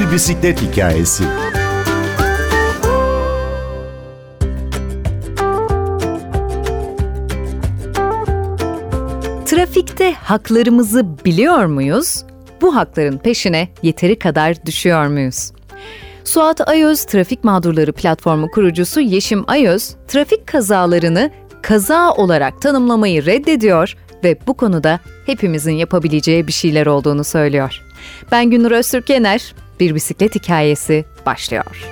Bir bisiklet hikayesi. Trafikte haklarımızı biliyor muyuz? Bu hakların peşine yeteri kadar düşüyor muyuz? Suat Ayöz, Trafik Mağdurları Platformu kurucusu Yeşim Ayöz, trafik kazalarını kaza olarak tanımlamayı reddediyor ve bu konuda hepimizin yapabileceği bir şeyler olduğunu söylüyor. Ben Gündür Öztürk Yener, Bir Bisiklet Hikayesi başlıyor.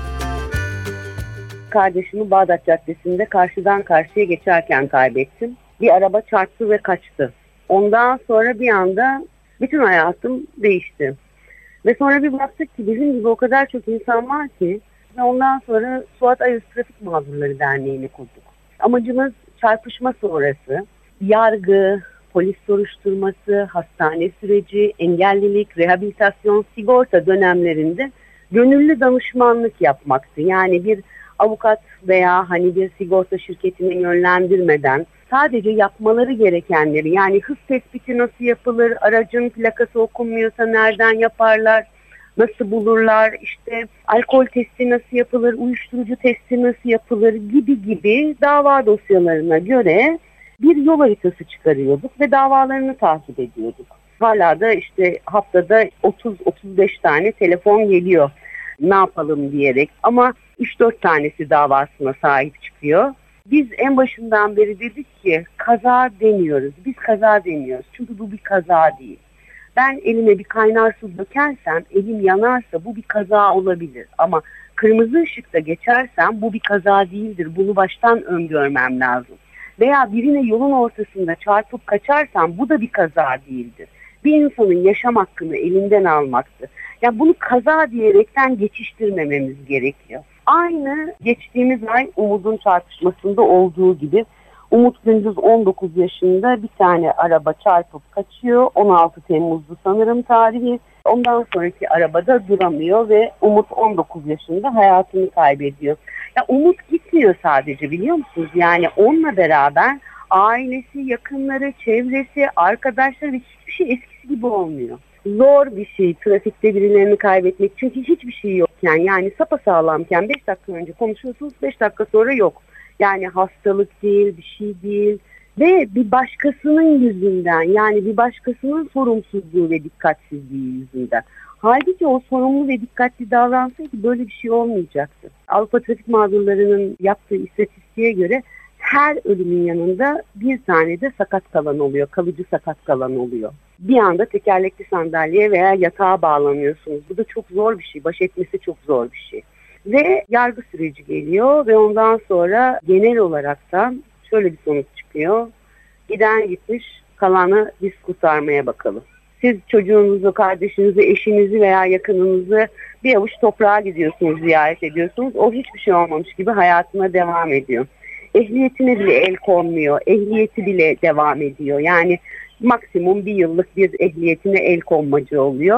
Kardeşimi Bağdat Caddesi'nde karşıdan karşıya geçerken kaybettim. Bir araba çarptı ve kaçtı. Ondan sonra bir anda bütün hayatım değişti. Ve sonra bir baktık ki bizim gibi o kadar çok insan var ki ve ondan sonra Suat Ayöz Trafik Mağdurları Derneği'ni kurduk. Amacımız çarpışma sonrası, yargı, polis soruşturması, hastane süreci, engellilik, rehabilitasyon, sigorta dönemlerinde gönüllü danışmanlık yapmaktı. Yani bir avukat veya bir sigorta şirketine yönlendirmeden sadece yapmaları gerekenleri, yani hız tespiti nasıl yapılır, aracın plakası okunmuyorsa nereden yaparlar, nasıl bulurlar, alkol testi nasıl yapılır, uyuşturucu testi nasıl yapılır gibi dava dosyalarına göre bir yol haritası çıkarıyorduk ve davalarını takip ediyorduk. Hala da haftada 30-35 tane telefon geliyor ne yapalım diyerek, ama 3-4 tanesi davasına sahip çıkıyor. Biz en başından beri dedik ki kaza demiyoruz. Biz kaza demiyoruz. Çünkü bu bir kaza değil. Ben elime bir kaynar su dökersem, elim yanarsa bu bir kaza olabilir. Ama kırmızı ışıkta geçersem bu bir kaza değildir. Bunu baştan öngörmem lazım. Veya birine yolun ortasında çarpıp kaçarsam bu da bir kaza değildir. Bir insanın yaşam hakkını elinden almaktır. Yani bunu kaza diyerekten geçiştirmememiz gerekiyor. Aynı geçtiğimiz ay Umut'un çarpışmasında olduğu gibi Umut gündüz 19 yaşında bir tane araba çarpıp kaçıyor. 16 Temmuz'du sanırım tarihi. Ondan sonraki arabada duramıyor ve Umut 19 yaşında hayatını kaybediyor. Ya Umut gitmiyor sadece, biliyor musunuz? Yani onunla beraber ailesi, yakınları, çevresi, arkadaşları ve hiçbir şey eskisi gibi olmuyor. Zor bir şey trafikte birilerini kaybetmek, çünkü hiçbir şey yokken, yani sapasağlamken 5 dakika önce konuşuyorsunuz, 5 dakika sonra yok. Yani hastalık değil, bir şey değil ve bir başkasının yüzünden, yani bir başkasının sorumsuzluğu ve dikkatsizliği yüzünden. Halbuki o sorumlu ve dikkatli davransaydı böyle bir şey olmayacaktı. Avrupa Trafik Mağdurları'nın yaptığı istatistiğe göre her ölümün yanında bir tane de sakat kalan oluyor, kalıcı sakat kalan oluyor. Bir anda tekerlekli sandalyeye veya yatağa bağlanıyorsunuz. Bu da çok zor bir şey, baş etmesi çok zor bir şey. Ve yargı süreci geliyor ve ondan sonra genel olarak da şöyle bir sonuç çıkıyor. Giden gitmiş, kalanı biz kurtarmaya bakalım. Siz çocuğunuzu, kardeşinizi, eşinizi veya yakınınızı bir avuç toprağa gidiyorsunuz, ziyaret ediyorsunuz. O hiçbir şey olmamış gibi hayatına devam ediyor. Ehliyetine bile el konmuyor, ehliyeti bile devam ediyor. Yani maksimum bir yıllık bir ehliyetine el konmacı oluyor.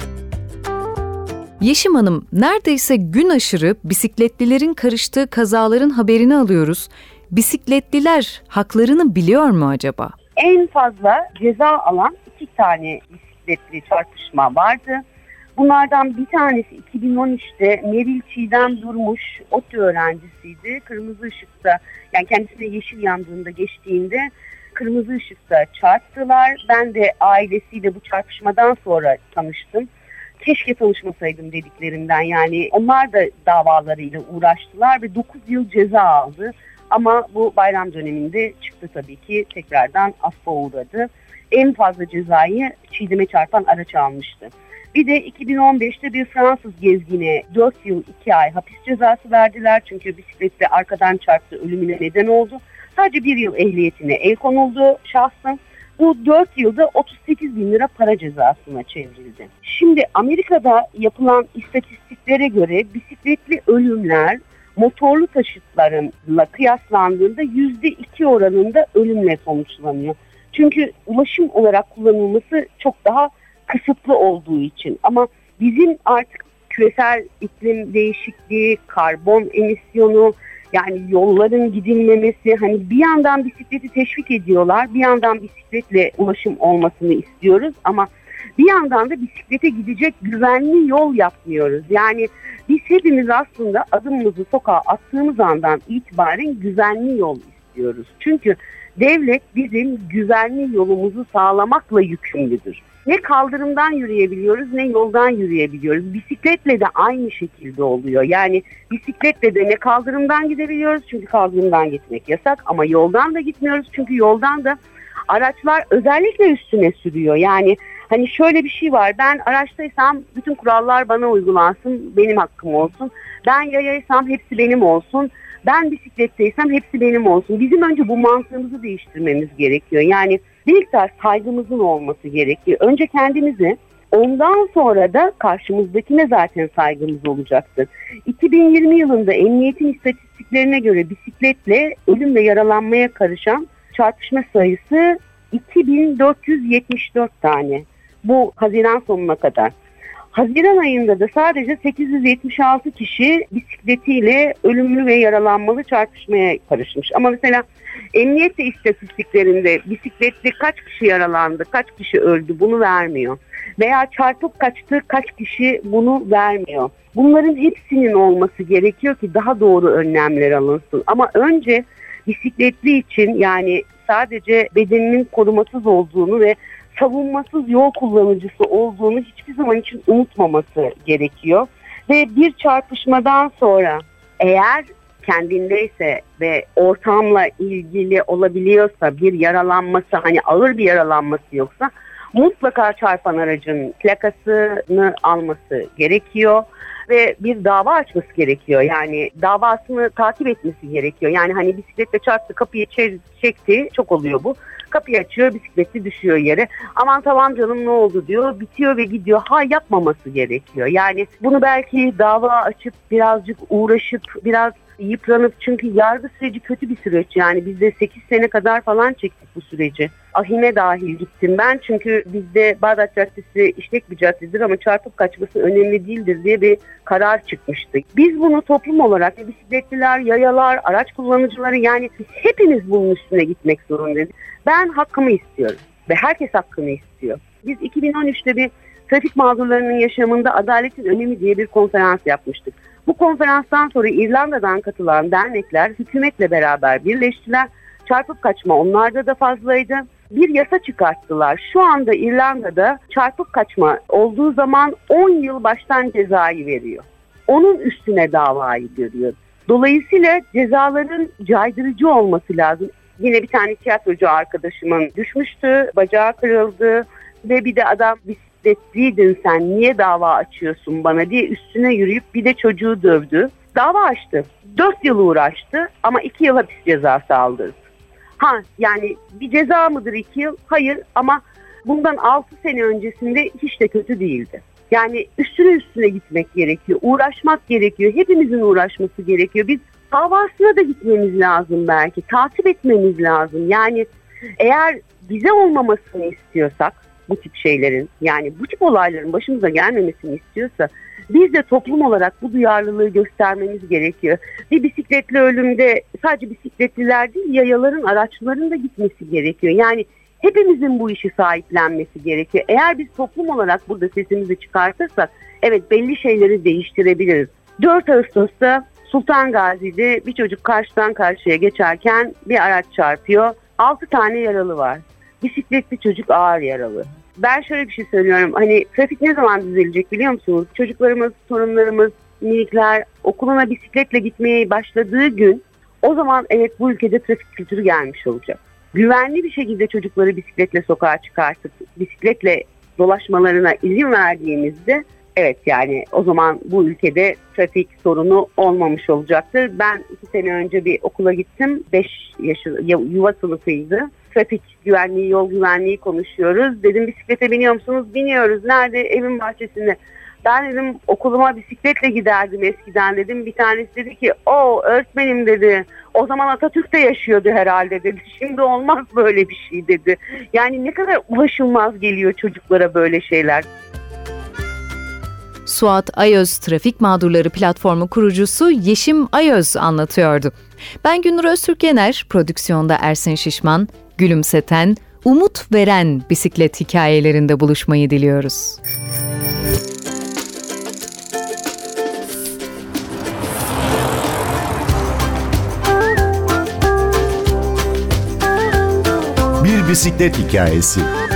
Yeşim Hanım, neredeyse gün aşırı bisikletlilerin karıştığı kazaların haberini alıyoruz. Bisikletliler haklarını biliyor mu acaba? En fazla ceza alan 2 tane bisikletli çarpışma vardı. Bunlardan bir tanesi 2013'te Meril Çiğdem Durmuş, ODTÜ öğrencisiydi. Kırmızı ışıkta, yani kendisine yeşil yandığında geçtiğinde kırmızı ışıkta çarptılar. Ben de ailesiyle bu çarpışmadan sonra tanıştım. Keşke tanışmasaydım dediklerinden, yani onlar da davalarıyla uğraştılar ve 9 yıl ceza aldı. Ama bu bayram döneminde çıktı tabii ki, tekrardan affa uğradı. En fazla cezayı Çiğdem'e çarpan araç almıştı. Bir de 2015'te bir Fransız gezgine 4 yıl 2 ay hapis cezası verdiler. Çünkü bisikletle arkadan çarptı, ölümüne neden oldu. Sadece 1 yıl ehliyetine el konuldu şahsın. Bu 4 yılda 38 bin lira para cezasına çevrildi. Şimdi Amerika'da yapılan istatistiklere göre bisikletli ölümler motorlu taşıtlarla kıyaslandığında %2 oranında ölümle sonuçlanıyor. Çünkü ulaşım olarak kullanılması çok daha kısıtlı olduğu için. Ama bizim artık küresel iklim değişikliği, karbon emisyonu, yani yolların gidilmemesi, bir yandan bisikleti teşvik ediyorlar, bir yandan bisikletle ulaşım olmasını istiyoruz ama bir yandan da bisiklete gidecek güvenli yol yapmıyoruz. Yani biz hepimiz aslında adımımızı sokağa attığımız andan itibaren güvenli yol istiyoruz. Çünkü devlet bizim güvenli yolumuzu sağlamakla yükümlüdür. Ne kaldırımdan yürüyebiliyoruz ne yoldan yürüyebiliyoruz. Bisikletle de aynı şekilde oluyor. Yani bisikletle de ne kaldırımdan gidebiliyoruz çünkü kaldırımdan gitmek yasak, ama yoldan da gitmiyoruz çünkü yoldan da araçlar özellikle üstüne sürüyor. Yani hani şöyle bir şey var, ben araçtaysam bütün kurallar bana uygulansın, benim hakkım olsun. Ben yayaysam hepsi benim olsun. Ben bisikletteysem hepsi benim olsun. Bizim önce bu mantığımızı değiştirmemiz gerekiyor. Yani bir miktar saygımızın olması gerekiyor. Önce kendimize, ondan sonra da karşımızdakine zaten saygımız olacaktır. 2020 yılında emniyetin istatistiklerine göre bisikletle ölüm ve yaralanmaya karışan çarpışma sayısı 2474 tane. Bu Haziran sonuna kadar. Haziran ayında da sadece 876 kişi bisikletiyle ölümlü ve yaralanmalı çarpışmaya karışmış. Ama mesela emniyet istatistiklerinde bisikletli kaç kişi yaralandı, kaç kişi öldü bunu vermiyor. Veya çarpıp kaçtı, kaç kişi bunu vermiyor. Bunların hepsinin olması gerekiyor ki daha doğru önlemler alınsın. Ama önce bisikletli için, yani sadece bedeninin korumasız olduğunu ve savunmasız yol kullanıcısı olduğunu hiçbir zaman için unutmaması gerekiyor. Ve bir çarpışmadan sonra eğer kendindeyse ve ortamla ilgili olabiliyorsa, bir yaralanması, hani ağır bir yaralanması yoksa mutlaka çarpan aracın plakasını alması gerekiyor ve bir dava açması gerekiyor. Yani davasını takip etmesi gerekiyor. Yani hani bisikletle çarptı, kapıyı çekti, çok oluyor bu. Kapıyı açıyor, bisikletli düşüyor yere. Aman tamam canım ne oldu diyor, bitiyor ve gidiyor. Yapmaması gerekiyor. Yani bunu belki dava açıp birazcık uğraşıp biraz yıpranıp, çünkü yargı süreci kötü bir süreç. Yani biz de 8 sene kadar falan çektik bu süreci. Ahime dahil gittim ben, çünkü bizde Bağdat Caddesi işlek bir caddedir ama çarpıp kaçması önemli değildir diye bir karar çıkmıştı. Biz bunu toplum olarak bisikletliler, yayalar, araç kullanıcıları, yani hepimiz bunun üstüne gitmek zorundayız. Ben hakkımı istiyorum ve herkes hakkını istiyor. Biz 2013'te bir trafik mağdurlarının yaşamında adaletin önemi diye bir konferans yapmıştık. Bu konferanstan sonra İrlanda'dan katılan dernekler hükümetle beraber birleştiler. Çarpıp kaçma onlarda da fazlaydı. Bir yasa çıkarttılar. Şu anda İrlanda'da çarpıp kaçma olduğu zaman 10 yıl baştan cezayı veriyor. Onun üstüne davayı görüyor. Dolayısıyla cezaların caydırıcı olması lazım. Yine bir tane tiyatrocu arkadaşımın düşmüştü, bacağı kırıldı ve bir de adam bisikletliydin sen niye dava açıyorsun bana diye üstüne yürüyüp bir de çocuğu dövdü. Dava açtı. 4 yıl uğraştı ama 2 yıl hapis cezası aldırdı. Yani bir ceza mıdır 2 yıl? Hayır, ama bundan 6 sene öncesinde hiç de kötü değildi. Yani üstüne gitmek gerekiyor, uğraşmak gerekiyor, hepimizin uğraşması gerekiyor. Biz davasına da gitmemiz lazım belki, takip etmemiz lazım. Yani eğer bize olmamasını istiyorsak bu tip şeylerin, yani bu tip olayların başımıza gelmemesini istiyorsa biz de toplum olarak bu duyarlılığı göstermemiz gerekiyor. Bir bisikletli ölümde sadece bisikletliler değil, yayaların, araçların da gitmesi gerekiyor. Yani hepimizin bu işi sahiplenmesi gerekiyor. Eğer biz toplum olarak burada sesimizi çıkartırsak evet belli şeyleri değiştirebiliriz. 4 Ağustos'ta Sultan Gazi'de bir çocuk karşıdan karşıya geçerken bir araç çarpıyor. 6 tane yaralı var. Bisikletli çocuk ağır yaralı. Ben şöyle bir şey söylüyorum. Hani trafik ne zaman düzelecek biliyor musunuz? Çocuklarımız, torunlarımız, minikler okuluna bisikletle gitmeye başladığı gün, o zaman evet bu ülkede trafik kültürü gelmiş olacak. Güvenli bir şekilde çocukları bisikletle sokağa çıkartıp bisikletle dolaşmalarına izin verdiğimizde evet yani o zaman bu ülkede trafik sorunu olmamış olacaktır. Ben 2 sene önce bir okula gittim. 5 yaşı yuva sınıfıydı. Trafik güvenliği, yol güvenliği konuşuyoruz. Dedim bisiklete biniyor musunuz? Biniyoruz. Nerede? Evin bahçesinde. Ben dedim okuluma bisikletle giderdim eskiden dedim. Bir tanesi dedi ki öğretmenim dedi. O zaman Atatürk de yaşıyordu herhalde dedi. Şimdi olmaz böyle bir şey dedi. Yani ne kadar ulaşılmaz geliyor çocuklara böyle şeyler. Suat Ayöz Trafik Mağdurları Platformu kurucusu Yeşim Ayöz anlatıyordu. Ben Gündür Öztürk Yener, prodüksiyonda Ersin Şişman, gülümseten, umut veren bisiklet hikayelerinde buluşmayı diliyoruz. Bir bisiklet hikayesi.